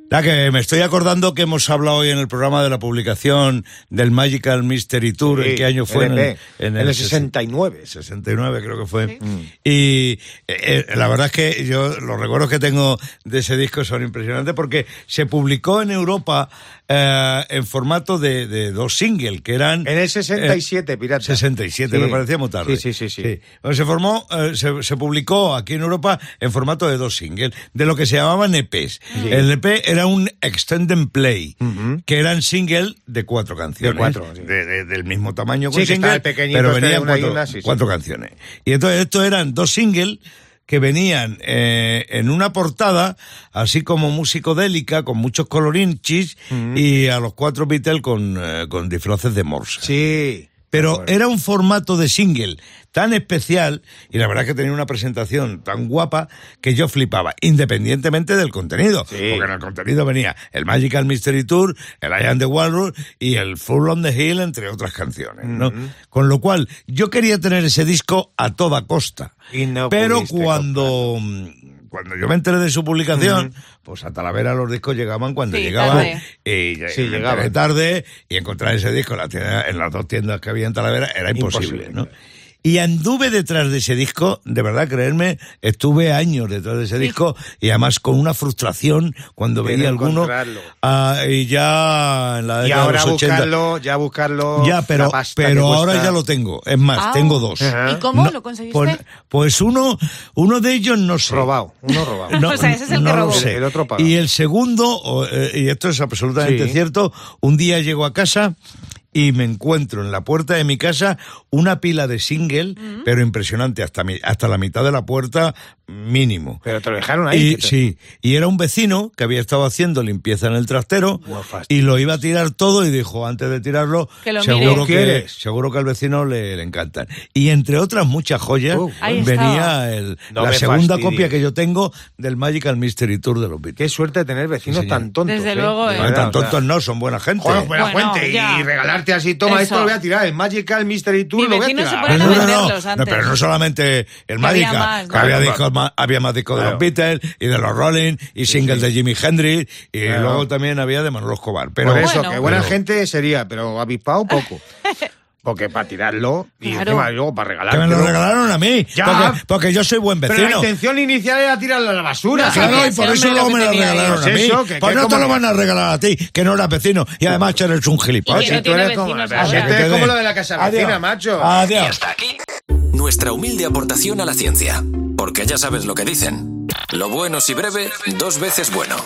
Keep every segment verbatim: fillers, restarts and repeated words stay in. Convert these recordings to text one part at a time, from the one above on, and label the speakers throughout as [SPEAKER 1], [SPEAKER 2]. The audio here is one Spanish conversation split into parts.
[SPEAKER 1] La que me estoy acordando que hemos hablado hoy en el programa de la publicación del Magical Mystery Tour.
[SPEAKER 2] Sí,
[SPEAKER 1] ¿en qué año fue?
[SPEAKER 2] En el,
[SPEAKER 1] en el,
[SPEAKER 2] en el sesenta y nueve.
[SPEAKER 1] sesenta y nueve creo que fue.
[SPEAKER 2] Sí. Mm.
[SPEAKER 1] Y eh, la verdad es que yo los recuerdos que tengo de ese disco son impresionantes porque se publicó en Europa eh, en formato de, de dos singles, que eran...
[SPEAKER 2] En el sesenta y siete,
[SPEAKER 1] eh,
[SPEAKER 2] pirata.
[SPEAKER 1] sesenta y siete,
[SPEAKER 2] Sí.
[SPEAKER 1] me parecía muy tarde.
[SPEAKER 2] Sí, sí, sí. sí.
[SPEAKER 1] sí. Bueno, se formó, eh, se, se publicó aquí en Europa en formato de dos singles, de lo que se llamaban E Pes.
[SPEAKER 2] Sí.
[SPEAKER 1] El E P era un Extended Play,
[SPEAKER 2] Uh-huh.
[SPEAKER 1] que eran single de cuatro canciones.
[SPEAKER 2] De cuatro, sí.
[SPEAKER 1] de, de, del mismo tamaño con
[SPEAKER 2] Sí, que
[SPEAKER 1] single,
[SPEAKER 2] estaba el pequeñito
[SPEAKER 1] pero
[SPEAKER 2] este de
[SPEAKER 1] venían
[SPEAKER 2] una y
[SPEAKER 1] cuatro,
[SPEAKER 2] una, sí, sí.
[SPEAKER 1] cuatro canciones. Y entonces estos eran dos singles que venían eh, en una portada, así como muy psicodélica, con muchos colorinchis,
[SPEAKER 2] Uh-huh.
[SPEAKER 1] y a los cuatro Beatles con, eh, con disfraces de Morse.
[SPEAKER 2] Sí.
[SPEAKER 1] Pero
[SPEAKER 2] Bueno.
[SPEAKER 1] era un formato de single tan especial, y la verdad es que tenía una presentación tan guapa, que yo flipaba, independientemente del contenido.
[SPEAKER 2] Sí.
[SPEAKER 1] Porque en el contenido venía el Magical Mystery Tour, el I Am the Walrus y el Full on the Hill, entre otras canciones, ¿no?
[SPEAKER 2] Uh-huh.
[SPEAKER 1] Con lo cual, yo quería tener ese disco a toda costa.
[SPEAKER 2] Y no
[SPEAKER 1] Pero
[SPEAKER 2] pudiste
[SPEAKER 1] cuando... Cuando yo me enteré de su publicación,
[SPEAKER 2] Uh-huh.
[SPEAKER 1] pues a Talavera los discos llegaban cuando
[SPEAKER 3] Sí,
[SPEAKER 1] llegaban.
[SPEAKER 3] tarde.
[SPEAKER 1] Y
[SPEAKER 2] Sí,
[SPEAKER 1] me
[SPEAKER 2] llegaban.
[SPEAKER 1] enteré tarde, y encontrar ese disco en, la tienda, en las dos tiendas que había en Talavera era imposible,
[SPEAKER 2] Imposible,
[SPEAKER 1] ¿no?
[SPEAKER 2] claro.
[SPEAKER 1] Y anduve detrás de ese disco, de verdad, creerme, estuve años detrás de ese disco, y además con una frustración cuando
[SPEAKER 2] De
[SPEAKER 1] veía
[SPEAKER 2] no
[SPEAKER 1] alguno.
[SPEAKER 2] encontrarlo.
[SPEAKER 1] Ah, y ya en la
[SPEAKER 2] Y
[SPEAKER 1] década
[SPEAKER 2] ahora
[SPEAKER 1] de los ochenta.
[SPEAKER 2] buscarlo, ya buscarlo.
[SPEAKER 1] Ya, pero,
[SPEAKER 2] la pasta que
[SPEAKER 1] pero ahora
[SPEAKER 2] cuesta.
[SPEAKER 1] ya lo tengo. Es más,
[SPEAKER 3] Ah.
[SPEAKER 1] tengo dos.
[SPEAKER 2] Ajá.
[SPEAKER 3] ¿Y cómo
[SPEAKER 1] No,
[SPEAKER 3] lo conseguiste?
[SPEAKER 1] Pues, pues uno, uno de ellos no sé.
[SPEAKER 2] Robado, uno robado.
[SPEAKER 1] No,
[SPEAKER 3] O sea, ese es el
[SPEAKER 1] no
[SPEAKER 3] que
[SPEAKER 1] lo
[SPEAKER 3] robó.
[SPEAKER 1] sé.
[SPEAKER 2] El otro pagado.
[SPEAKER 1] Y el segundo, o, eh, y esto es absolutamente
[SPEAKER 2] Sí.
[SPEAKER 1] cierto, un día llego a casa y me encuentro en la puerta de mi casa una pila de single,
[SPEAKER 3] Mm.
[SPEAKER 1] pero impresionante, hasta, mi, hasta la mitad de la puerta mínimo.
[SPEAKER 2] Pero te lo dejaron ahí.
[SPEAKER 1] Y,
[SPEAKER 2] que te-
[SPEAKER 1] sí, y era un vecino que había estado haciendo limpieza en el trastero
[SPEAKER 2] Buah, fastidio.
[SPEAKER 1] y lo iba a tirar todo y dijo, antes de tirarlo,
[SPEAKER 3] Que lo
[SPEAKER 1] seguro,
[SPEAKER 3] mire.
[SPEAKER 1] que,
[SPEAKER 2] ¿Quieres?
[SPEAKER 1] seguro que al vecino le, le encantan. Y entre otras muchas joyas,
[SPEAKER 2] Uh,
[SPEAKER 3] Ahí
[SPEAKER 1] venía
[SPEAKER 3] estaba.
[SPEAKER 1] el,
[SPEAKER 2] No
[SPEAKER 1] la
[SPEAKER 2] me
[SPEAKER 1] segunda
[SPEAKER 2] fastidies.
[SPEAKER 1] copia que yo tengo del Magical Mystery Tour de los Beatles.
[SPEAKER 2] Qué suerte tener vecinos
[SPEAKER 1] Sí, señor.
[SPEAKER 2] tan tontos.
[SPEAKER 3] Desde
[SPEAKER 2] ¿eh?
[SPEAKER 3] luego,
[SPEAKER 2] De
[SPEAKER 3] ¿eh?
[SPEAKER 1] No,
[SPEAKER 2] verdad,
[SPEAKER 1] tan
[SPEAKER 2] o sea,
[SPEAKER 1] tontos no, son buena gente.
[SPEAKER 2] Joder, buena
[SPEAKER 3] Bueno,
[SPEAKER 2] fuente.
[SPEAKER 3] ya.
[SPEAKER 2] Y regalarte así, toma,
[SPEAKER 3] Eso.
[SPEAKER 2] esto lo voy a tirar. El Magical Mystery Tour
[SPEAKER 3] Mi
[SPEAKER 2] lo voy a
[SPEAKER 3] vecino se
[SPEAKER 2] tirar.
[SPEAKER 3] pone
[SPEAKER 1] No,
[SPEAKER 3] a
[SPEAKER 1] no, no,
[SPEAKER 3] venderlos
[SPEAKER 1] no,
[SPEAKER 3] antes.
[SPEAKER 1] pero no solamente el
[SPEAKER 3] Que había
[SPEAKER 1] Magical,
[SPEAKER 3] más,
[SPEAKER 1] que
[SPEAKER 3] ¿no?
[SPEAKER 1] había,
[SPEAKER 2] Claro,
[SPEAKER 1] discos más- había más discos de
[SPEAKER 2] Claro.
[SPEAKER 1] los Beatles y de los Rolling y singles de Jimi Hendrix y
[SPEAKER 2] Claro.
[SPEAKER 1] luego también había de Manolo Escobar. Pero,
[SPEAKER 2] Por eso,
[SPEAKER 3] Bueno.
[SPEAKER 2] que buena
[SPEAKER 1] pero-
[SPEAKER 2] gente sería, pero avispado poco. Porque para tirarlo y
[SPEAKER 3] Claro.
[SPEAKER 2] encima luego para
[SPEAKER 1] que
[SPEAKER 2] regalarlo.
[SPEAKER 1] me lo regalaron a mí,
[SPEAKER 2] Ya.
[SPEAKER 1] porque, porque yo soy buen
[SPEAKER 2] Pero la
[SPEAKER 1] vecino.
[SPEAKER 2] intención inicial era tirarlo a la basura.
[SPEAKER 3] No,
[SPEAKER 1] Claro,
[SPEAKER 3] sí,
[SPEAKER 1] y por
[SPEAKER 3] ese
[SPEAKER 1] eso
[SPEAKER 3] hombre
[SPEAKER 1] luego
[SPEAKER 3] lo
[SPEAKER 1] me
[SPEAKER 3] que
[SPEAKER 1] lo
[SPEAKER 3] tenía
[SPEAKER 1] regalaron
[SPEAKER 2] ahí.
[SPEAKER 1] a mí.
[SPEAKER 2] Eso, que-
[SPEAKER 1] Pues
[SPEAKER 2] que
[SPEAKER 1] no te
[SPEAKER 2] como
[SPEAKER 1] lo
[SPEAKER 2] que-
[SPEAKER 1] van a regalar a ti, que no eras vecino. Y además eres un
[SPEAKER 3] Y
[SPEAKER 1] gilipollas.
[SPEAKER 3] que no
[SPEAKER 2] tú
[SPEAKER 3] tiene
[SPEAKER 2] eres como-
[SPEAKER 3] vecinos
[SPEAKER 2] pero
[SPEAKER 3] ahora.
[SPEAKER 2] si esto
[SPEAKER 1] Que
[SPEAKER 2] es
[SPEAKER 1] te
[SPEAKER 2] como
[SPEAKER 1] dé.
[SPEAKER 2] lo de la casa
[SPEAKER 1] Adiós.
[SPEAKER 2] vecina, macho.
[SPEAKER 1] Adiós.
[SPEAKER 4] Nuestra humilde aportación a la ciencia. Porque ya sabes lo que dicen. Lo bueno si breve, dos veces bueno.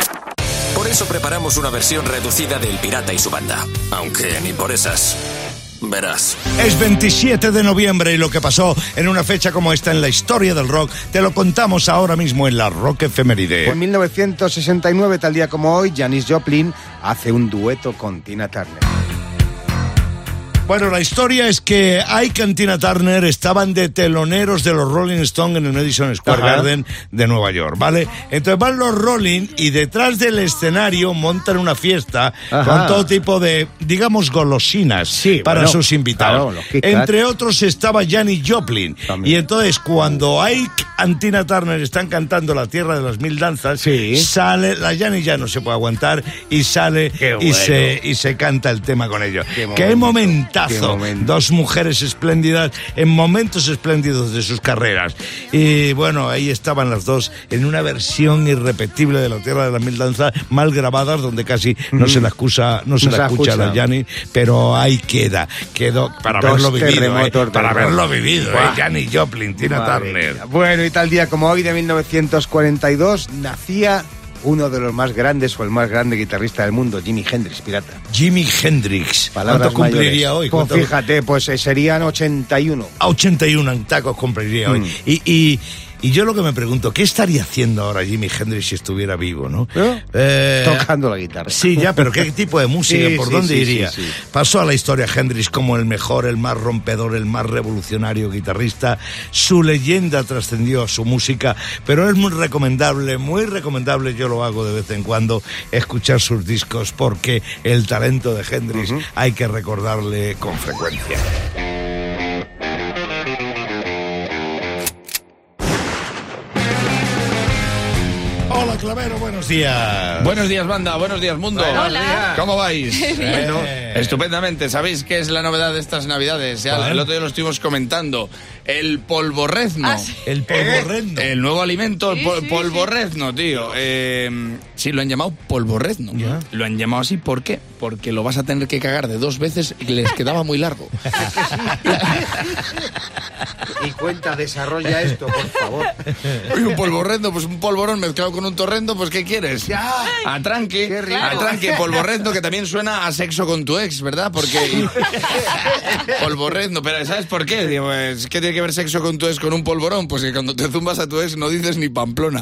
[SPEAKER 4] Por eso preparamos una versión reducida de El Pirata y su banda. Aunque ni por esas. Verás.
[SPEAKER 1] Es veintisiete de noviembre y lo que pasó en una fecha como esta en la historia del rock te lo contamos ahora mismo en la Rock Efeméride.
[SPEAKER 2] Pues en mil novecientos sesenta y nueve, tal día como hoy, Janis Joplin hace un dueto con Tina Turner.
[SPEAKER 1] Bueno, la historia es que Ike y Tina Turner estaban de teloneros de los Rolling Stones en el Madison Square
[SPEAKER 2] Ajá.
[SPEAKER 1] Garden de Nueva York, ¿vale? Entonces van los Rolling y detrás del escenario montan una fiesta
[SPEAKER 2] Ajá.
[SPEAKER 1] con todo tipo de, digamos, golosinas
[SPEAKER 2] Sí,
[SPEAKER 1] para
[SPEAKER 2] bueno,
[SPEAKER 1] sus invitados.
[SPEAKER 2] claro, los Kit Kat.
[SPEAKER 1] Entre otros estaba Janis Joplin.
[SPEAKER 2] También.
[SPEAKER 1] Y entonces cuando Ike y Tina Turner están cantando La Tierra de las Mil Danzas,
[SPEAKER 2] Sí.
[SPEAKER 1] sale, la Janis ya no se puede aguantar y sale
[SPEAKER 2] Qué
[SPEAKER 1] y,
[SPEAKER 2] bueno.
[SPEAKER 1] se, y se canta el tema con ellos.
[SPEAKER 2] Qué
[SPEAKER 1] ¡Qué
[SPEAKER 2] momento,
[SPEAKER 1] momentazo!
[SPEAKER 2] qué momento.
[SPEAKER 1] Dos mujeres espléndidas en momentos espléndidos de sus carreras. Y bueno, ahí estaban las dos en una versión irrepetible de La Tierra de las Mil Danzas, mal grabadas, donde casi no se la escucha, no se
[SPEAKER 2] No
[SPEAKER 1] la
[SPEAKER 2] se
[SPEAKER 1] escucha a la
[SPEAKER 2] escucha.
[SPEAKER 1] Janis, pero ahí queda, quedó para
[SPEAKER 2] Dos
[SPEAKER 1] haberlo vivido, eh,
[SPEAKER 2] terremotos
[SPEAKER 1] para
[SPEAKER 2] del
[SPEAKER 1] haberlo
[SPEAKER 2] rock.
[SPEAKER 1] vivido,
[SPEAKER 2] Buah.
[SPEAKER 1] eh, Janis Joplin, Tina
[SPEAKER 2] Madre
[SPEAKER 1] Turner.
[SPEAKER 2] mía. Bueno, y tal día como hoy, de mil novecientos cuarenta y dos, nacía uno de los más grandes o el más grande guitarrista del mundo, Jimi Hendrix, pirata.
[SPEAKER 1] Jimi Hendrix.
[SPEAKER 2] Palabras
[SPEAKER 1] ¿Cuánto cumpliría
[SPEAKER 2] mayores.
[SPEAKER 1] hoy?
[SPEAKER 2] Pues
[SPEAKER 1] ¿Cuánto-
[SPEAKER 2] fíjate, pues eh, serían ochenta y uno.
[SPEAKER 1] A ochenta y uno tacos cumpliría hoy.
[SPEAKER 2] Mm.
[SPEAKER 1] Y, y, y yo lo que me pregunto, ¿qué estaría haciendo ahora Jimi Hendrix si estuviera vivo, no?
[SPEAKER 2] ¿Eh?
[SPEAKER 1] Eh,
[SPEAKER 2] Tocando la guitarra.
[SPEAKER 1] Sí, ya, pero ¿qué tipo de música?
[SPEAKER 2] Sí,
[SPEAKER 1] ¿Por
[SPEAKER 2] sí,
[SPEAKER 1] dónde
[SPEAKER 2] sí,
[SPEAKER 1] iría?
[SPEAKER 2] sí, sí.
[SPEAKER 1] Pasó a la historia Hendrix como el mejor, el más rompedor, el más revolucionario guitarrista. Su leyenda trascendió a su música, pero es muy recomendable, muy recomendable, yo lo hago de vez en cuando, escuchar sus discos porque el talento de Hendrix
[SPEAKER 2] Uh-huh.
[SPEAKER 1] hay que recordarle con frecuencia. Hola Gonzalo Clavero, buenos días.
[SPEAKER 3] Buenos días, banda, buenos días, mundo.
[SPEAKER 5] Buenos días.
[SPEAKER 3] ¿Cómo vais?
[SPEAKER 1] Bueno,
[SPEAKER 3] estupendamente. ¿Sabéis qué es la novedad de estas navidades? Ya
[SPEAKER 1] ¿Cuál?
[SPEAKER 3] el otro día lo estuvimos comentando. El polvorrezno.
[SPEAKER 5] Ah, sí.
[SPEAKER 1] el polvorrendo.
[SPEAKER 3] El nuevo alimento, el
[SPEAKER 5] Sí,
[SPEAKER 3] pol-
[SPEAKER 5] sí,
[SPEAKER 3] polvorrezno, tío. Eh, sí, lo han llamado polvorrezno.
[SPEAKER 1] Ya.
[SPEAKER 3] Lo han llamado así, ¿por qué? Porque lo vas a tener que cagar de dos veces y les quedaba muy largo.
[SPEAKER 2] Y cuenta, desarrolla esto, por favor.
[SPEAKER 3] Oye, un polvorrezno, pues un polvorón mezclado con un torrendo, pues ¿qué quieres?
[SPEAKER 2] Ya.
[SPEAKER 3] Atranque,
[SPEAKER 2] Qué rico.
[SPEAKER 3] atranque, polvorrezno, que también suena a sexo con tu ex, ¿verdad? Porque polvorrezno, pero ¿sabes por qué? Digo, pues, ¿qué tiene que ver sexo con tu ex con un polvorón? Pues que cuando te zumbas a tu ex no dices ni Pamplona.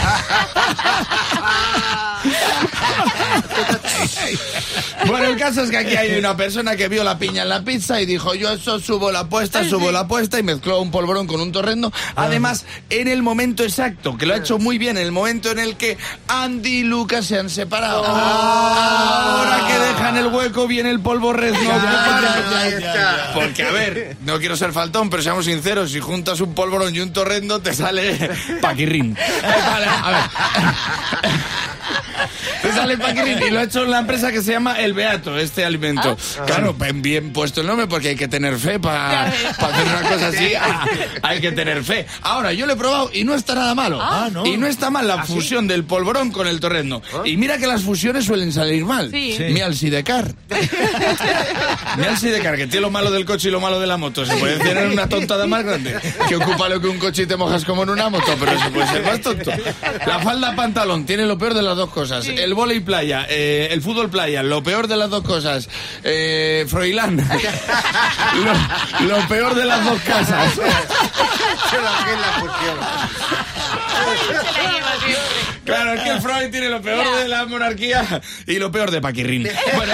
[SPEAKER 3] Bueno, el caso es que aquí hay una persona que vio la piña en la pizza y dijo, yo eso subo la apuesta, subo la apuesta, y mezcló un polvorón con un torrendo. Además, en el momento exacto, que lo ha hecho muy bien, en el momento en el que Andy y Lucas se han separado. Ahora que dejan el hueco viene el polvorrezno.
[SPEAKER 2] ya, ya, ya.
[SPEAKER 3] Porque, a ver, no quiero ser faltón, pero seamos sinceros, si juntas un polvorón y un torrendo te sale paquirrín. Vale, a ver. Te sale paquirrín y lo ha hecho la empresa que se llama El Beato, este alimento.
[SPEAKER 5] Ah.
[SPEAKER 3] Claro, bien, bien puesto el nombre porque hay que tener fe para hacer una cosa así. Ah, hay que tener fe. Ahora, yo lo he probado y no está nada malo.
[SPEAKER 1] Ah, ¿no?
[SPEAKER 3] Y no está mal la fusión del polvorón con el torrendo. Y mira que las fusiones suelen salir mal.
[SPEAKER 5] Sí.
[SPEAKER 1] Sí.
[SPEAKER 3] Mi Alsidecar. Mi Alsidecar, que tiene lo malo del coche y lo malo de la moto. Se puede tener una tontada más grande. Que ocupa lo que un coche y te mojas como en una moto, pero se puede ser más tonto. La falda pantalón tiene lo peor de las dos cosas.
[SPEAKER 5] Sí.
[SPEAKER 3] El vóley playa, eh, el fútbol playa, lo peor de las dos cosas. Eh, Froilán, lo, lo peor de las dos casas.
[SPEAKER 2] Se lo hace en la fusión.
[SPEAKER 5] Se la lleva siempre.
[SPEAKER 3] Claro, es que el Freud tiene lo peor
[SPEAKER 5] Ya.
[SPEAKER 3] de la monarquía y lo peor de Paquirrín. Bueno,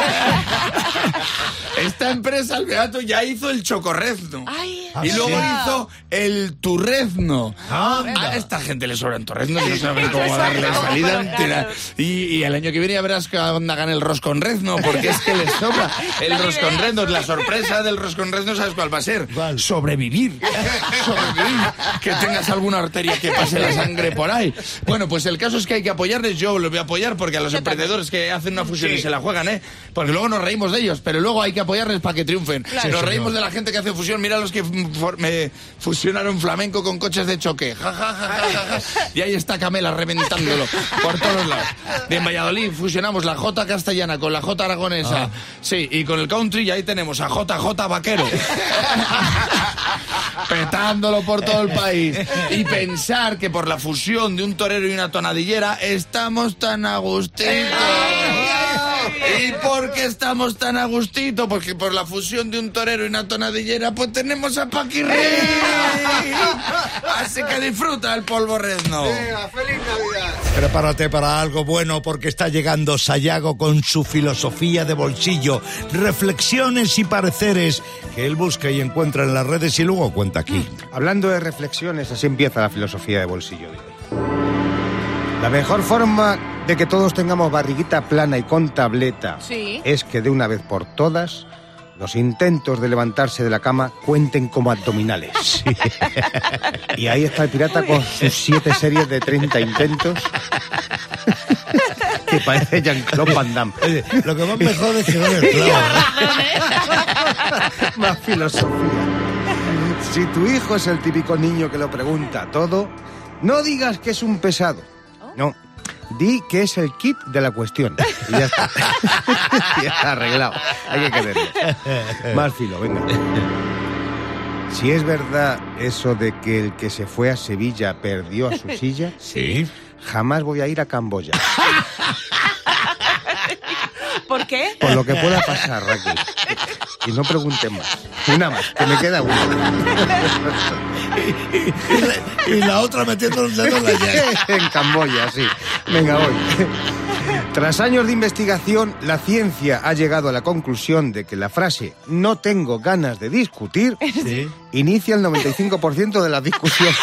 [SPEAKER 3] esta empresa, el Beato, ya hizo el chocorrezno.
[SPEAKER 5] Ay,
[SPEAKER 1] Ah,
[SPEAKER 3] Y
[SPEAKER 1] sí.
[SPEAKER 3] luego hizo el turrezno.
[SPEAKER 1] Ah,
[SPEAKER 3] A esta gente le sobran torreznos y no saben
[SPEAKER 5] Eso
[SPEAKER 3] cómo
[SPEAKER 5] es
[SPEAKER 3] darle
[SPEAKER 5] algo,
[SPEAKER 3] salida
[SPEAKER 5] pero
[SPEAKER 3] entera.
[SPEAKER 5] claro.
[SPEAKER 3] Y, y el año que viene ya verás que hagan el rosconrezno, porque es que les sobra el
[SPEAKER 5] La
[SPEAKER 3] rosconrezno. La sorpresa del rosconrezno, ¿sabes cuál va a ser?
[SPEAKER 1] ¿Cuál?
[SPEAKER 3] Sobrevivir. Sobrevivir. Que tengas alguna arteria que pase la sangre por ahí. Bueno, pues el caso es que hay que apoyarles. Yo los voy a apoyar porque a los
[SPEAKER 5] Yo
[SPEAKER 3] emprendedores que hacen una fusión
[SPEAKER 2] Sí.
[SPEAKER 3] y se la juegan, ¿eh? Porque luego nos reímos de ellos, pero luego hay que apoyarles para que triunfen.
[SPEAKER 5] Claro.
[SPEAKER 3] Nos
[SPEAKER 1] Sí,
[SPEAKER 3] reímos
[SPEAKER 1] señor.
[SPEAKER 3] de la gente que hace fusión. Mira los que for- me fusionaron flamenco con coches de choque. Ja, ja, ja, ja, ja, ja. Y ahí está Camela reventándolo por todos lados. De en Valladolid fusionamos la J castellana con la J aragonesa. Sí, y con el country y ahí tenemos a J J Vaquero. Petándolo por todo el país. Y pensar que por la fusión de un torero y una tonadillera estamos tan a gustito. ¿Y por qué estamos tan a gustito? Porque por la fusión de un torero y una tonadillera, pues tenemos a Paquirrín. Así que disfruta el polvorrezno.
[SPEAKER 2] Venga, ¡feliz Navidad!
[SPEAKER 1] Prepárate para algo bueno porque está llegando Sayago con su filosofía de bolsillo, reflexiones y pareceres que él busca y encuentra en las redes y luego cuenta aquí.
[SPEAKER 2] Hablando de reflexiones, así empieza la filosofía de bolsillo de hoy. La mejor forma de que todos tengamos barriguita plana y con tableta
[SPEAKER 5] Sí.
[SPEAKER 2] es que de una vez por todas los intentos de levantarse de la cama cuenten como abdominales. Y ahí está el pirata con sus siete series de treinta intentos que parece Jean-Claude Van Damme.
[SPEAKER 1] Oye, lo que más me jode es que no me clavo.
[SPEAKER 2] Más filosofía. Si tu hijo es el típico niño que lo pregunta todo, no digas que es un pesado. No, di que es el kit de la cuestión. Y ya está. Ya está arreglado. Hay que quererlo. Más filo, venga. Si es verdad eso de que el que se fue a Sevilla perdió a su silla,
[SPEAKER 1] Sí.
[SPEAKER 2] jamás voy a ir a Camboya.
[SPEAKER 5] ¿Por qué?
[SPEAKER 2] Por lo que pueda pasar, Raquel. Y no pregunten más. Una más, que me queda una.
[SPEAKER 1] Y la otra metiendo el dedo en la llaga.
[SPEAKER 2] En Camboya, sí. Venga, voy. Tras años de investigación, la ciencia ha llegado a la conclusión de que la frase "no tengo ganas de discutir"
[SPEAKER 1] Sí.
[SPEAKER 2] inicia el noventa y cinco por ciento de las discusiones.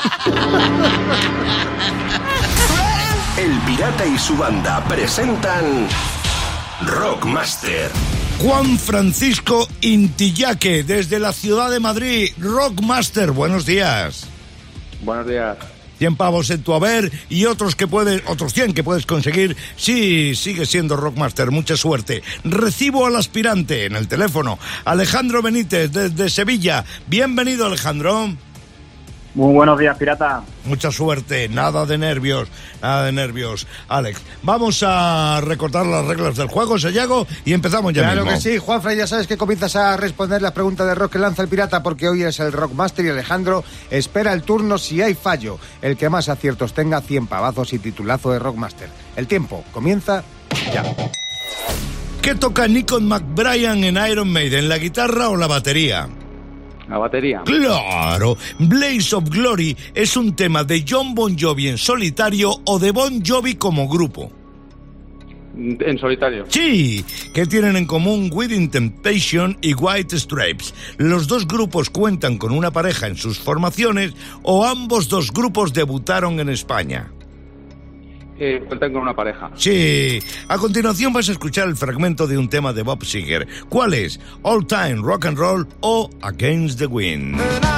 [SPEAKER 6] El Pirata y su banda presentan Rockmaster.
[SPEAKER 1] Juan Francisco Intillaque, desde la ciudad de Madrid. Rockmaster, buenos días.
[SPEAKER 7] Buenos días.
[SPEAKER 1] cien pavos en tu haber y otros que puedes, otros cien que puedes conseguir si sigues siendo Rockmaster. Mucha suerte. Recibo al aspirante en el teléfono, Alejandro Benítez, desde Sevilla. Bienvenido, Alejandro.
[SPEAKER 7] Muy buenos días, pirata.
[SPEAKER 1] Mucha suerte, nada de nervios, nada de nervios, Alex. Vamos a recordar las reglas del juego, Sayago, y empezamos ya
[SPEAKER 2] claro
[SPEAKER 1] mismo.
[SPEAKER 2] Claro que sí, Juanfran, ya sabes que comienzas a responder las preguntas de rock que lanza el pirata, porque hoy es el Rockmaster y Alejandro espera el turno si hay fallo. El que más aciertos tenga, cien pavazos y titulazo de Rockmaster. El tiempo comienza ya.
[SPEAKER 1] ¿Qué toca Nicon McBrien en Iron Maiden, la guitarra o la batería?
[SPEAKER 7] La batería.
[SPEAKER 1] ¡Claro! Blaze of Glory es un tema de John Bon Jovi en solitario o de Bon Jovi como grupo.
[SPEAKER 7] En solitario.
[SPEAKER 1] Sí, que tienen en común Within Temptation y White Stripes. Los dos grupos cuentan con una pareja en sus formaciones o ambos dos grupos debutaron en España.
[SPEAKER 7] Eh, cuentan con una pareja.
[SPEAKER 1] Sí. A continuación vas a escuchar el fragmento de un tema de Bob Seger. ¿Cuál es? All Time Rock and Roll o Against the Wind.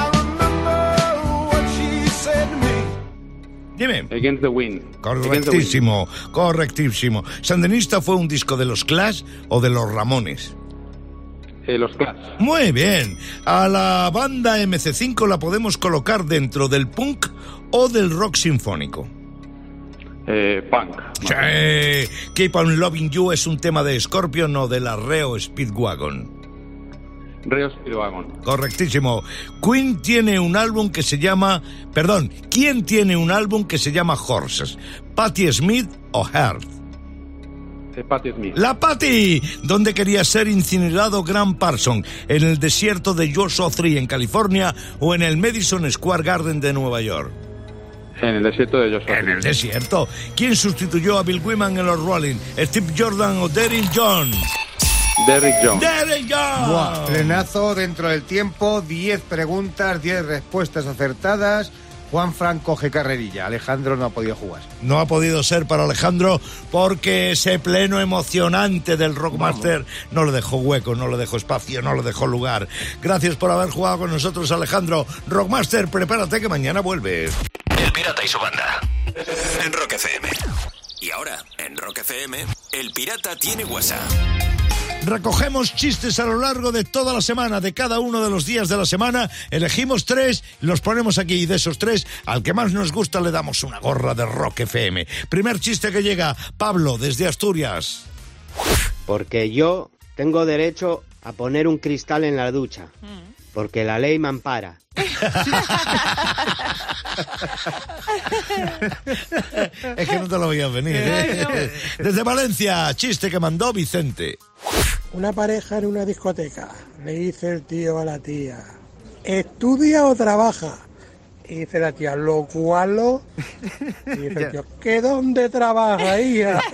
[SPEAKER 1] Dime.
[SPEAKER 7] Against the Wind.
[SPEAKER 1] Correctísimo, the wind. correctísimo. ¿Sandinista fue un disco de los Clash o de los Ramones?
[SPEAKER 7] Eh, los Clash.
[SPEAKER 1] Muy bien. A la banda eme ce cinco la podemos colocar dentro del punk o del rock sinfónico.
[SPEAKER 7] Eh, punk.
[SPEAKER 1] Sí. Keep on Loving You es un tema de Scorpion o de la Reo Speedwagon.
[SPEAKER 7] Reo Speedwagon.
[SPEAKER 1] Correctísimo. Queen tiene un álbum que se llama... Perdón, ¿quién tiene un álbum que se llama Horses? ¿Patti Smith o Heart?
[SPEAKER 7] Eh, Patti Smith.
[SPEAKER 1] ¡La Patti! ¿Dónde quería ser incinerado Grant Parsons? ¿En el desierto de Joshua Tree en California o en el Madison Square Garden de Nueva York?
[SPEAKER 7] En el desierto de Joshua.
[SPEAKER 1] En el desierto. ¿Quién sustituyó a Bill Wyman en los Rolling? ¿Steve Jordan o Derrick Jones?
[SPEAKER 7] Derrick Jones.
[SPEAKER 1] ¡Derrick Jones!
[SPEAKER 2] Buah, plenazo dentro del tiempo, diez preguntas, diez respuestas acertadas. Juanfran coge carrerilla. Alejandro no ha podido jugar.
[SPEAKER 1] No ha podido ser para Alejandro porque ese pleno emocionante del Rockmaster no le dejó hueco, no le dejó espacio, no le dejó lugar. Gracias por haber jugado con nosotros, Alejandro. Rockmaster, prepárate que mañana vuelves.
[SPEAKER 4] El Pirata y su banda. En Rock efe eme. Y ahora, en Rock efe eme, El Pirata tiene WhatsApp.
[SPEAKER 1] Recogemos chistes a lo largo de toda la semana, de cada uno de los días de la semana. Elegimos tres, los ponemos aquí y de esos tres, al que más nos gusta le damos una gorra de Rock efe eme. Primer chiste que llega, Pablo, desde Asturias.
[SPEAKER 8] Porque yo tengo derecho a poner un cristal en la ducha. Porque la ley me ampara.
[SPEAKER 1] Es que no te lo veías venir, ¿eh? Desde Valencia, chiste que mandó Vicente.
[SPEAKER 9] Una pareja en una discoteca. Le dice el tío a la tía: ¿estudia o trabaja? Y dice la tía: lo cual lo... Y dice el tío: ¿qué dónde trabaja, hija?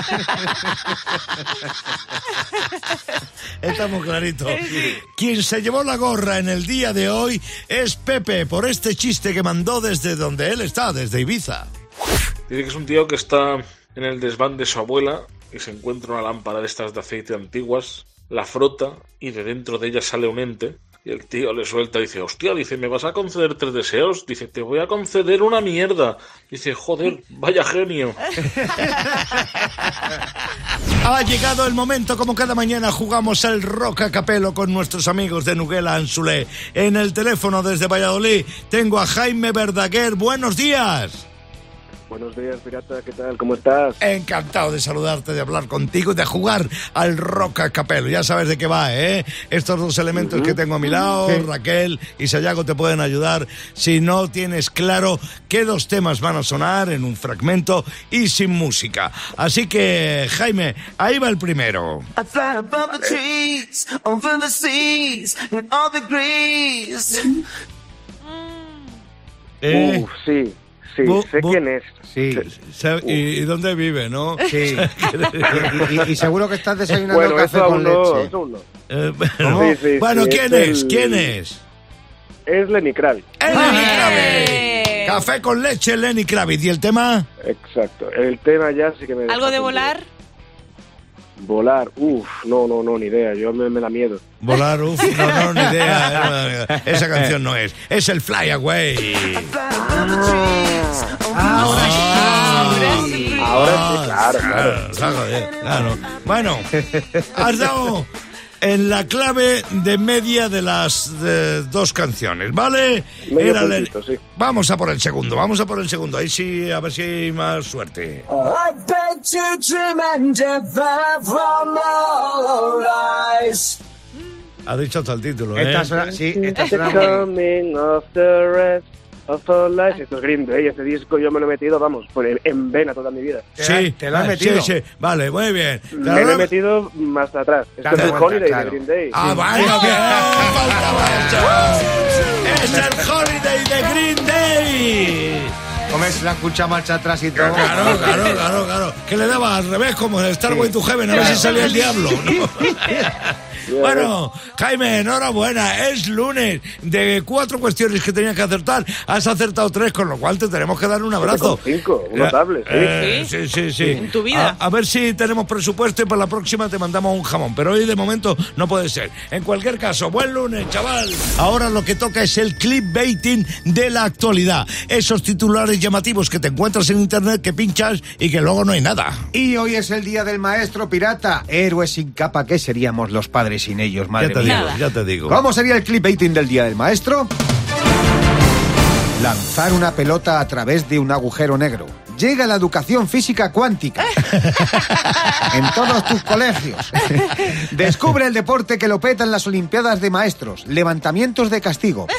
[SPEAKER 1] Está muy clarito. Quien se llevó la gorra en el día de hoy es Pepe, por este chiste que mandó desde donde él está, desde Ibiza.
[SPEAKER 10] Dice que es un tío que está en el desván de su abuela y se encuentra una lámpara de estas de aceite antiguas, la frota y de dentro de ella sale un ente. Y el tío le suelta y dice: hostia, dice, ¿me vas a conceder tres deseos? Dice: te voy a conceder una mierda. Dice: joder, vaya genio.
[SPEAKER 1] Ha llegado el momento, como cada mañana jugamos el Rock a Capelo con nuestros amigos de Nuguela Anzulé. En el teléfono desde Valladolid tengo a Jaime Verdaguer. Buenos días.
[SPEAKER 11] Buenos días, pirata, ¿qué tal? ¿Cómo estás?
[SPEAKER 1] Encantado de saludarte, de hablar contigo y de jugar al Rock a Capelo. Ya sabes de qué va, ¿eh? Estos dos elementos uh-huh. que tengo a mi lado, sí. Raquel y Sayago, te pueden ayudar si no tienes claro qué dos temas van a sonar en un fragmento y sin música. Así que, Jaime, ahí va el primero. I fly above the trees, over the seas, in all the breeze.
[SPEAKER 11] Eh. Uf, sí. Sí, bu, sé bu, quién es.
[SPEAKER 2] Sí.
[SPEAKER 1] Se, y, ¿Y dónde vive, no?
[SPEAKER 2] Sí. y, y, y seguro que estás desayunando
[SPEAKER 11] bueno,
[SPEAKER 2] café con
[SPEAKER 11] no,
[SPEAKER 2] leche.
[SPEAKER 11] Eso no.
[SPEAKER 1] Eh, bueno, sí, sí, bueno sí, ¿quién es? es? El... ¿Quién es?
[SPEAKER 11] Es Lenny Kravitz.
[SPEAKER 1] ¡Es Lenny Kravitz! Café con leche, Lenny Kravitz. ¿Y el tema?
[SPEAKER 11] Exacto. El tema ya sí que me...
[SPEAKER 5] ¿Algo de volar?
[SPEAKER 11] Volar, uff, no, no, no, ni idea, yo me, me da miedo.
[SPEAKER 1] Volar, uff, no, no, ni idea. Esa canción no es, es el Fly Away.
[SPEAKER 2] Ahora
[SPEAKER 5] sí.
[SPEAKER 11] Ahora sí, claro,
[SPEAKER 1] Claro, claro, eh, claro. Bueno, has dado en la clave de media de las de, dos canciones, ¿vale?
[SPEAKER 11] Medio
[SPEAKER 1] Era el-
[SPEAKER 11] puntito, sí.
[SPEAKER 1] Vamos a por el segundo, vamos a por el segundo. Ahí sí, a ver si hay más suerte.
[SPEAKER 12] I beg to dream and depart from all eyes.
[SPEAKER 1] Ha dicho hasta el título, ¿eh?
[SPEAKER 2] Esta suena, sí, esta suena
[SPEAKER 11] The
[SPEAKER 2] muy...
[SPEAKER 11] coming of the rest of our lives. Esto es Green Day, este disco yo me lo he metido, vamos, por en, en vena toda mi vida.
[SPEAKER 1] Sí,
[SPEAKER 2] te lo has
[SPEAKER 1] ah,
[SPEAKER 2] metido.
[SPEAKER 1] Sí, sí, vale, muy bien. Te
[SPEAKER 11] Me lo he
[SPEAKER 1] lo-
[SPEAKER 11] metido más hasta atrás. Esto
[SPEAKER 2] Date
[SPEAKER 11] es el
[SPEAKER 2] cuenta,
[SPEAKER 11] Holiday
[SPEAKER 2] claro.
[SPEAKER 11] de Green Day.
[SPEAKER 1] Ah, vaya, bien, faltaba eso. Es el Holiday de Green Day.
[SPEAKER 2] Hombre, si la escucha marcha atrás y todo.
[SPEAKER 1] Claro, claro, claro, claro. Que le daba al revés, como el Starway to Heaven, a ver si salía el diablo, ¿no? Bueno, Jaime, enhorabuena, es lunes. De cuatro cuestiones que tenías que acertar, has acertado tres, con lo cual te tenemos que dar un abrazo.
[SPEAKER 11] Cinco, un notable, sí.
[SPEAKER 1] Eh, sí, sí, sí.
[SPEAKER 5] En tu vida.
[SPEAKER 1] A, a ver si tenemos presupuesto y para la próxima te mandamos un jamón, pero hoy de momento no puede ser. En cualquier caso, buen lunes, chaval. Ahora lo que toca es el clickbaiting de la actualidad. Esos titulares llamativos que te encuentras en internet, que pinchas y que luego no hay nada.
[SPEAKER 2] Y hoy es el día del maestro pirata. Héroes sin capa, ¿qué seríamos los padres sin ellos, madre
[SPEAKER 1] Ya te
[SPEAKER 2] mía?
[SPEAKER 1] digo,
[SPEAKER 5] Nada.
[SPEAKER 1] ya te digo.
[SPEAKER 2] ¿Cómo sería el clickbaiting del día del maestro? Lanzar una pelota a través de un agujero negro. Llega la educación física cuántica en todos tus colegios. Descubre el deporte que lo peta en las Olimpiadas de Maestros. Levantamientos de castigo.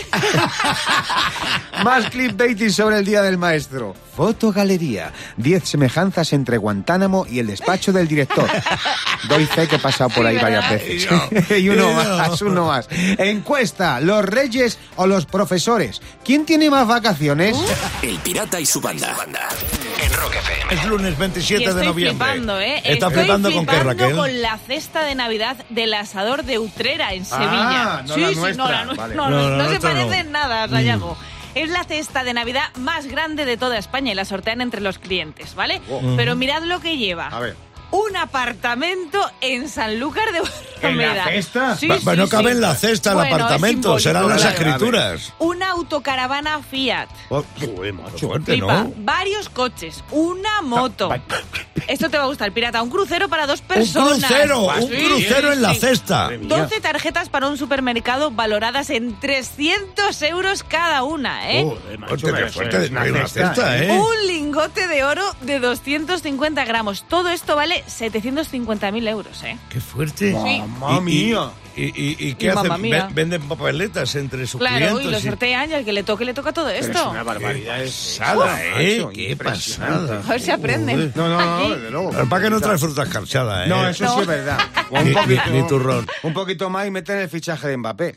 [SPEAKER 2] Más clickbaiting sobre el Día del Maestro. Fotogalería. Diez semejanzas entre Guantánamo y el despacho del director. Doy fe que he pasado por ahí varias veces. Y uno más, uno más. Encuesta. ¿Los reyes o los profesores? ¿Quién tiene más vacaciones?
[SPEAKER 4] El Pirata y su banda. En Rock F M.
[SPEAKER 1] Es lunes veintisiete
[SPEAKER 5] Y
[SPEAKER 1] de
[SPEAKER 5] estoy
[SPEAKER 1] noviembre.
[SPEAKER 5] flipando, ¿eh?
[SPEAKER 1] ¿Está
[SPEAKER 5] Estoy
[SPEAKER 1] flipando con qué, Raquel?
[SPEAKER 5] con la cesta de Navidad del asador de Utrera en
[SPEAKER 2] Ah,
[SPEAKER 5] Sevilla.
[SPEAKER 2] no
[SPEAKER 5] sí,
[SPEAKER 2] la
[SPEAKER 5] sí,
[SPEAKER 2] nuestra.
[SPEAKER 5] no, la nu-
[SPEAKER 2] Vale.
[SPEAKER 5] no,
[SPEAKER 1] No,
[SPEAKER 5] no,
[SPEAKER 1] la
[SPEAKER 5] no se
[SPEAKER 1] nuestra no.
[SPEAKER 5] parece en nada, Sayago. Es la cesta de Navidad más grande de toda España y la sortean entre los clientes, ¿vale?
[SPEAKER 2] Oh.
[SPEAKER 5] Pero mirad lo que lleva.
[SPEAKER 2] A ver.
[SPEAKER 5] Un apartamento en Sanlúcar de Barrameda.
[SPEAKER 2] ¿En la cesta?
[SPEAKER 5] Sí,
[SPEAKER 1] Va-
[SPEAKER 5] sí,
[SPEAKER 1] va, no
[SPEAKER 5] sí.
[SPEAKER 1] cabe en la cesta el
[SPEAKER 5] Bueno, es
[SPEAKER 1] apartamento,
[SPEAKER 5] simbólico,
[SPEAKER 1] serán las
[SPEAKER 5] claro.
[SPEAKER 1] escrituras.
[SPEAKER 5] Una autocaravana Fiat.
[SPEAKER 1] Oh, joder, macho, fuerte,
[SPEAKER 5] Flipa.
[SPEAKER 1] ¿no?
[SPEAKER 5] Varios coches, una moto. Esto te va a gustar, pirata. Un crucero para dos
[SPEAKER 1] Un
[SPEAKER 5] personas.
[SPEAKER 1] crucero, un
[SPEAKER 5] Sí,
[SPEAKER 1] crucero
[SPEAKER 5] sí,
[SPEAKER 1] en la
[SPEAKER 5] sí.
[SPEAKER 1] cesta.
[SPEAKER 5] doce tarjetas para un supermercado valoradas en trescientos euros cada una, ¿eh?
[SPEAKER 1] Fuerte, qué fuerte,
[SPEAKER 2] una
[SPEAKER 1] hay una
[SPEAKER 2] cesta,
[SPEAKER 1] cesta, ¿eh?
[SPEAKER 5] Un lingote de oro de doscientos cincuenta gramos. Todo esto vale setecientos cincuenta mil euros, ¿eh?
[SPEAKER 1] Qué fuerte.
[SPEAKER 5] Sí.
[SPEAKER 2] Mamma mía.
[SPEAKER 1] ¿Y, y, y, y qué
[SPEAKER 5] Y
[SPEAKER 1] hacen?
[SPEAKER 5] mamma mía.
[SPEAKER 1] Ven- ¿Venden papeletas entre sus
[SPEAKER 5] Claro,
[SPEAKER 1] clientes?
[SPEAKER 5] y lo
[SPEAKER 1] y-
[SPEAKER 5] sortean y al que le toque, le toca todo esto.
[SPEAKER 2] Es una barbaridad. Es
[SPEAKER 1] Pasada, ¿eh?
[SPEAKER 2] macho,
[SPEAKER 1] Qué
[SPEAKER 2] impresionante.
[SPEAKER 1] pasada.
[SPEAKER 5] A ver si aprenden.
[SPEAKER 2] No, no, no,
[SPEAKER 5] Aquí.
[SPEAKER 2] desde luego.
[SPEAKER 1] Pero ¿para qué no traes frutas carchadas, eh?
[SPEAKER 2] No, eso
[SPEAKER 5] No.
[SPEAKER 2] sí es verdad. O
[SPEAKER 1] Ni-
[SPEAKER 2] un poquito,
[SPEAKER 1] ni- ni turrón.
[SPEAKER 2] Un poquito más y meter el fichaje de Mbappé.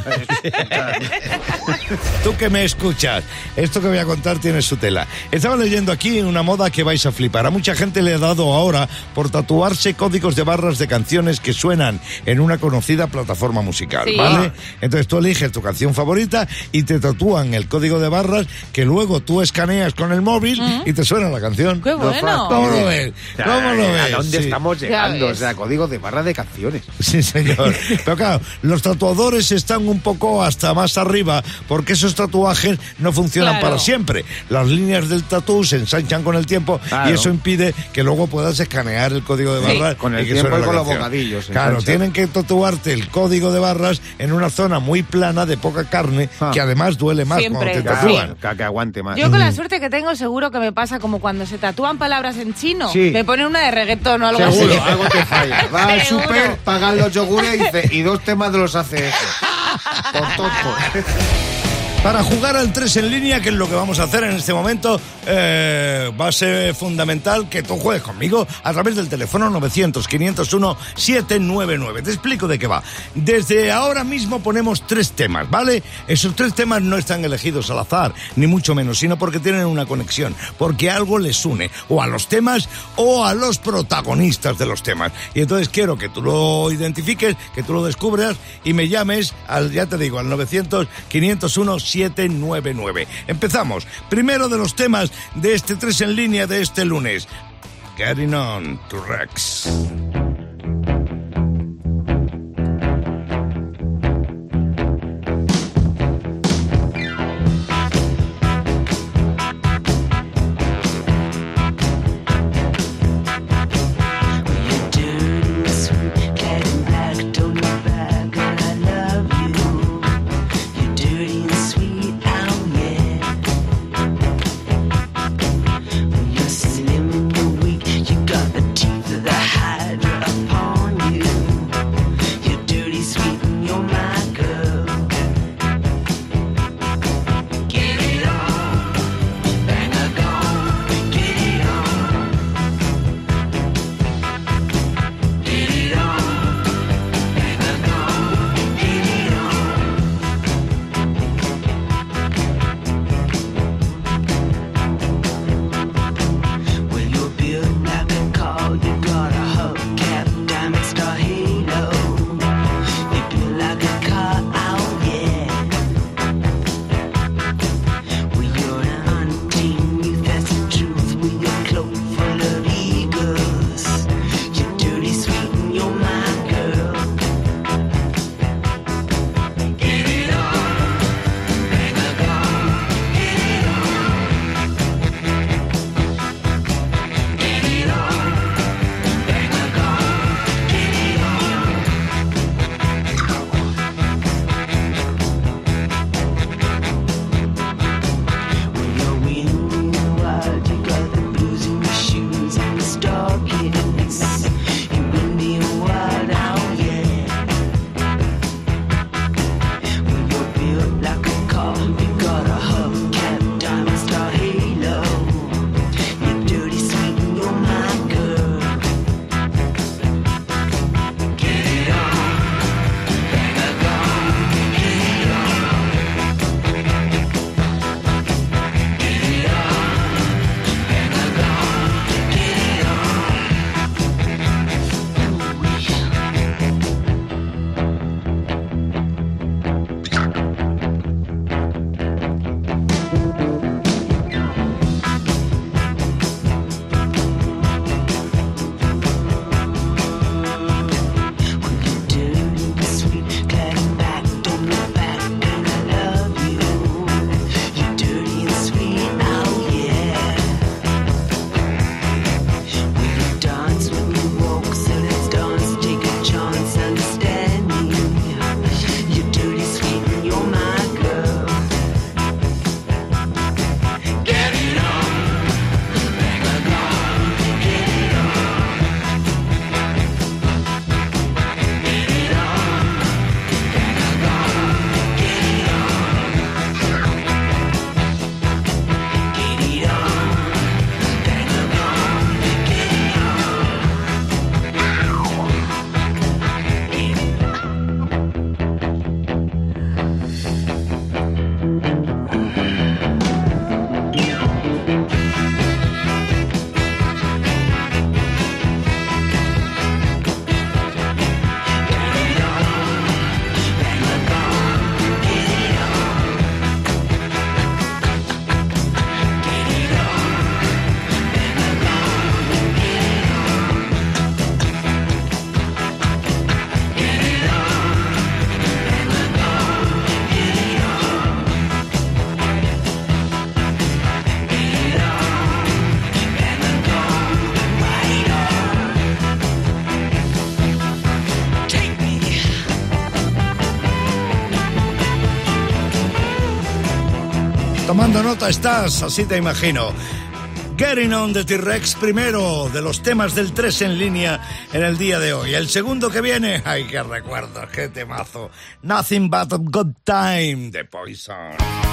[SPEAKER 1] Tú que me escuchas, esto que voy a contar tiene su tela. Estaba leyendo aquí una moda que vais a flipar. A mucha gente le ha dado ahora por tatuarse códigos de barras de canciones que suenan en una conocida plataforma musical,
[SPEAKER 5] Sí.
[SPEAKER 1] ¿vale? Entonces tú eliges tu canción favorita y te tatúan el código de barras que luego tú escaneas con el móvil y te suena la canción.
[SPEAKER 5] ¡Qué bueno!
[SPEAKER 1] ¿Cómo lo ves? ¿Cómo lo ves?
[SPEAKER 2] ¿A dónde
[SPEAKER 1] Sí.
[SPEAKER 2] estamos llegando?
[SPEAKER 5] ves.
[SPEAKER 2] O sea, código de barra de canciones.
[SPEAKER 1] Sí, señor. Pero claro, los tatuadores están un poco hasta más arriba porque esos tatuajes no funcionan
[SPEAKER 5] Claro.
[SPEAKER 1] para siempre. Las líneas del tatú se ensanchan con el tiempo
[SPEAKER 2] Claro.
[SPEAKER 1] y eso impide que luego puedas escanear el código de
[SPEAKER 5] Sí.
[SPEAKER 1] barras.
[SPEAKER 2] Con el
[SPEAKER 1] y que
[SPEAKER 2] tiempo
[SPEAKER 1] suene
[SPEAKER 2] y
[SPEAKER 1] la
[SPEAKER 2] con los
[SPEAKER 1] canción.
[SPEAKER 2] bocadillos, se
[SPEAKER 1] Claro,
[SPEAKER 2] ensancha.
[SPEAKER 1] tienen que tatuarte el código de barras en una zona muy plana de poca carne
[SPEAKER 2] Ah.
[SPEAKER 1] que además duele más
[SPEAKER 5] Siempre.
[SPEAKER 1] cuando te
[SPEAKER 2] Claro,
[SPEAKER 1] tatúan.
[SPEAKER 2] que, que aguante más.
[SPEAKER 5] Yo con la suerte que tengo seguro que me pasa como cuando se tatúan palabras en chino.
[SPEAKER 2] Sí.
[SPEAKER 5] Me ponen una de reggaetón o algo
[SPEAKER 2] Seguro,
[SPEAKER 5] así.
[SPEAKER 2] algo te falla. Va al
[SPEAKER 5] Seguro.
[SPEAKER 2] súper, pagan los yogures y dice, y dos temas de los hace eso. Por tonto.
[SPEAKER 1] Para jugar al tres en línea, que es lo que vamos a hacer en este momento, eh, va a ser fundamental que tú juegues conmigo a través del teléfono novecientos, quinientos uno, setecientos noventa y nueve. Te explico de qué va. Desde ahora mismo ponemos tres temas, ¿vale? Esos tres temas no están elegidos al azar, ni mucho menos, sino porque tienen una conexión, porque algo les une, o a los temas o a los protagonistas de los temas. Y entonces quiero que tú lo identifiques, que tú lo descubras y me llames al, ya te digo, al novecientos, quinientos uno, setecientos noventa y nueve. Empezamos. Primero de los temas de este tres en línea de este lunes. Getting on to Rex. Tomando nota estás, así te imagino. Getting on the T-Rex, primero de los temas del tres en línea en el día de hoy. El segundo que viene, ay, qué recuerdos, qué temazo. Nothing But a Good Time, de Poison.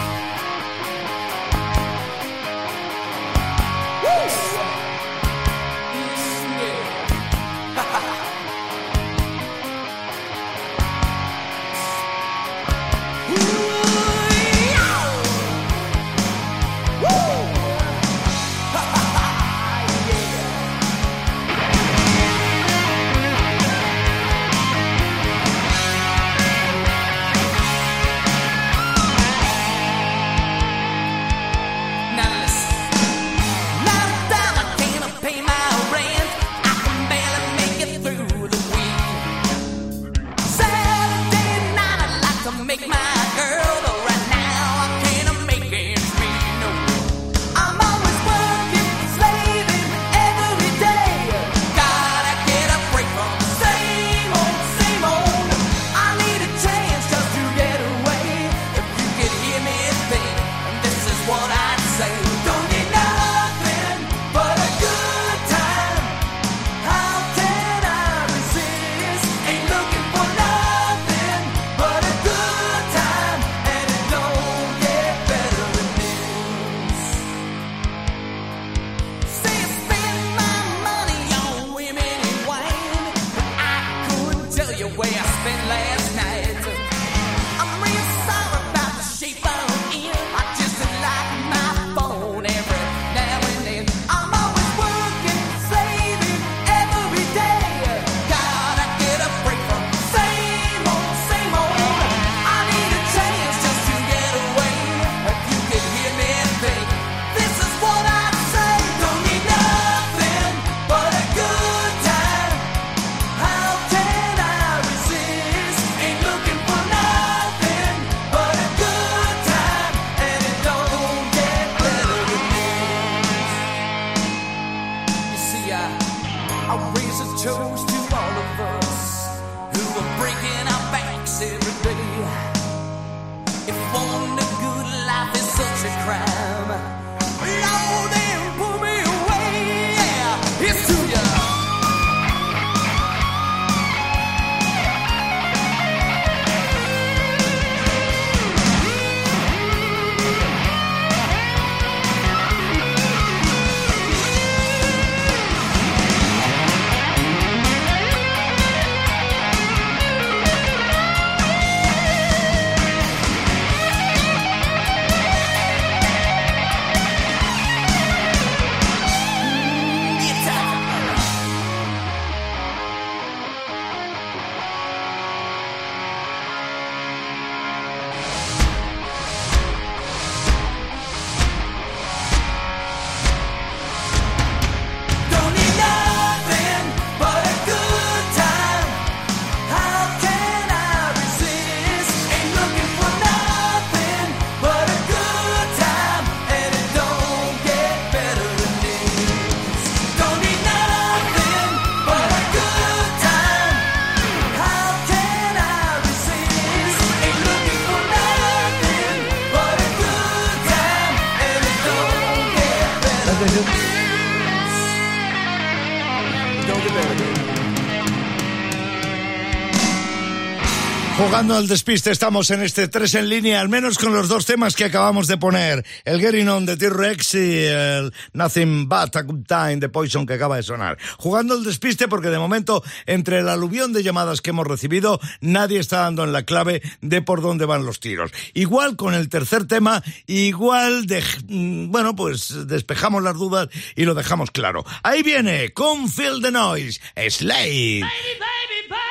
[SPEAKER 1] Jugando al despiste estamos en este tres en línea, al menos con los dos temas que acabamos de poner, el Getting On de T-Rex y el Nothing But a Good Time de Poison que acaba de sonar. Jugando al despiste porque de momento, entre el aluvión de llamadas que hemos recibido, nadie está dando en la clave de por dónde van los tiros. Igual con el tercer tema, igual, de, bueno, pues despejamos las dudas y lo dejamos claro. Ahí viene, con Feel the Noise, Slade.
[SPEAKER 12] Baby, baby, baby.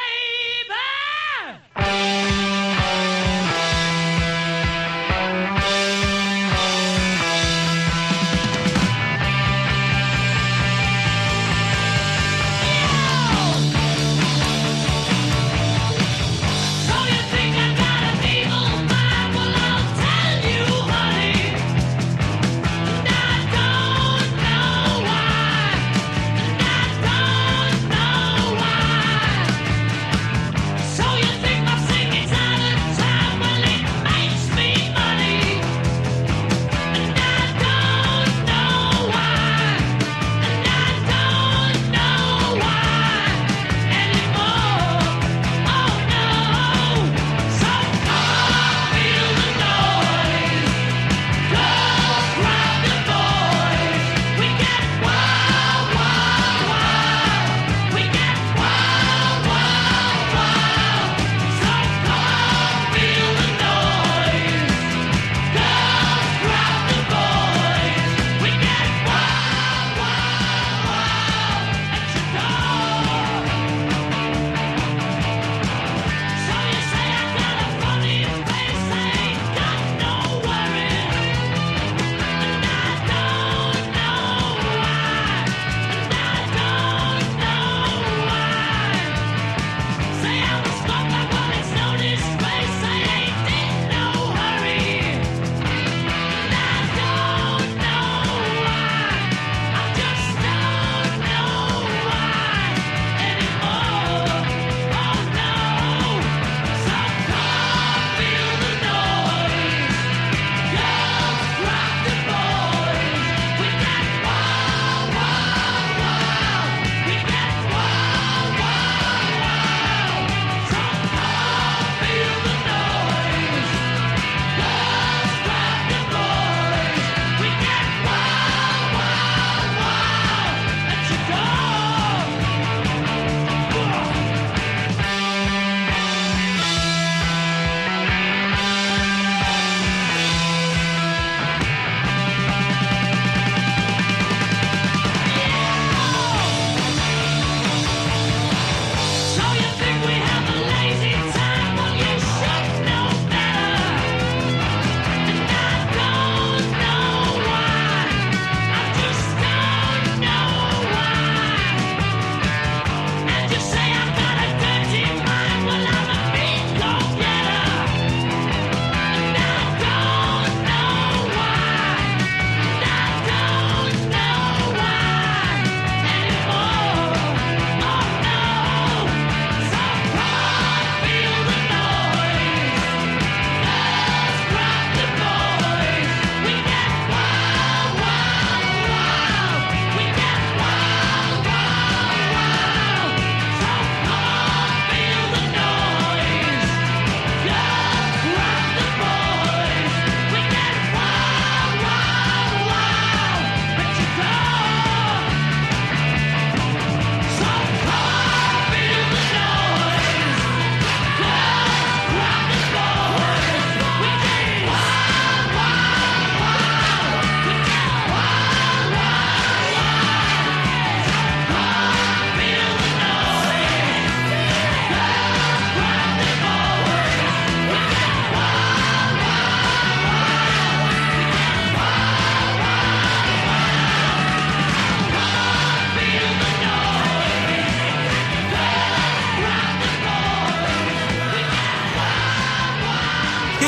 [SPEAKER 13] Why?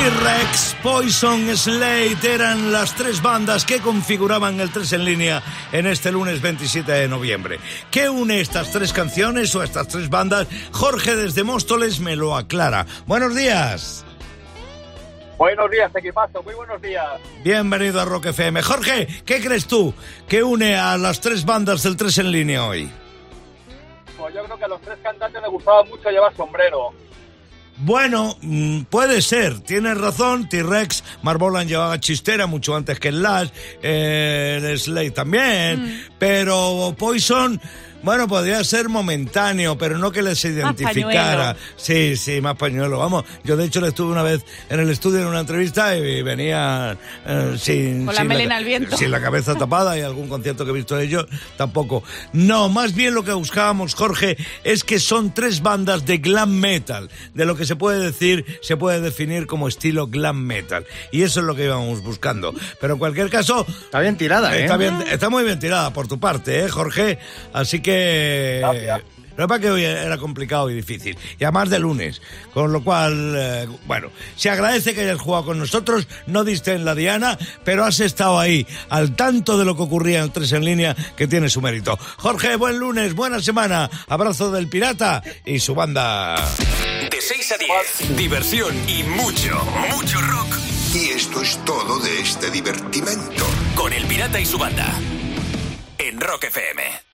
[SPEAKER 1] T-Rex, Poison, Slate eran las tres bandas que configuraban el tres en línea en este lunes veintisiete de noviembre. ¿Qué une estas tres canciones o estas tres bandas? Jorge desde Móstoles me lo aclara. Buenos días.
[SPEAKER 13] Buenos días, equipazo, muy buenos días.
[SPEAKER 1] Bienvenido a Rock F M. Jorge, ¿qué crees tú que une a las tres bandas del tres en línea hoy?
[SPEAKER 13] Pues yo creo que a los tres cantantes les gustaba mucho llevar sombrero.
[SPEAKER 1] Bueno, puede ser, tienes razón. T-Rex, Mark Bolan llevaba chistera mucho antes que el Lash, eh, el Slade también, mm. pero Poison, bueno, podría ser momentáneo, pero no que les identificara. Sí, sí, más pañuelo, vamos. Yo de hecho le estuve una vez en el estudio en una entrevista y venía eh, sin...
[SPEAKER 5] Con la
[SPEAKER 1] sin
[SPEAKER 5] melena
[SPEAKER 1] la,
[SPEAKER 5] al viento.
[SPEAKER 1] Sin la cabeza tapada, y algún concierto que he visto de ellos, tampoco. No, más bien lo que buscábamos, Jorge, es que son tres bandas de glam metal, de lo que se puede decir, se puede definir como estilo glam metal. Y eso es lo que íbamos buscando. Pero en cualquier caso...
[SPEAKER 2] Está bien tirada, ¿eh?
[SPEAKER 1] Está, bien, está muy bien tirada por tu parte, ¿eh, Jorge? Así que...
[SPEAKER 13] Gracias.
[SPEAKER 1] No es para que hoy era complicado y difícil, y además de lunes, con lo cual, eh, bueno, se agradece que hayas jugado con nosotros, no diste en la diana, pero has estado ahí, al tanto de lo que ocurría en el tres en línea, que tiene su mérito. Jorge, buen lunes, buena semana, abrazo del Pirata y su banda.
[SPEAKER 4] De seis a diez, diversión y mucho, mucho rock.
[SPEAKER 14] Y esto es todo de este divertimento.
[SPEAKER 4] Con el Pirata y su banda, en Rock F M.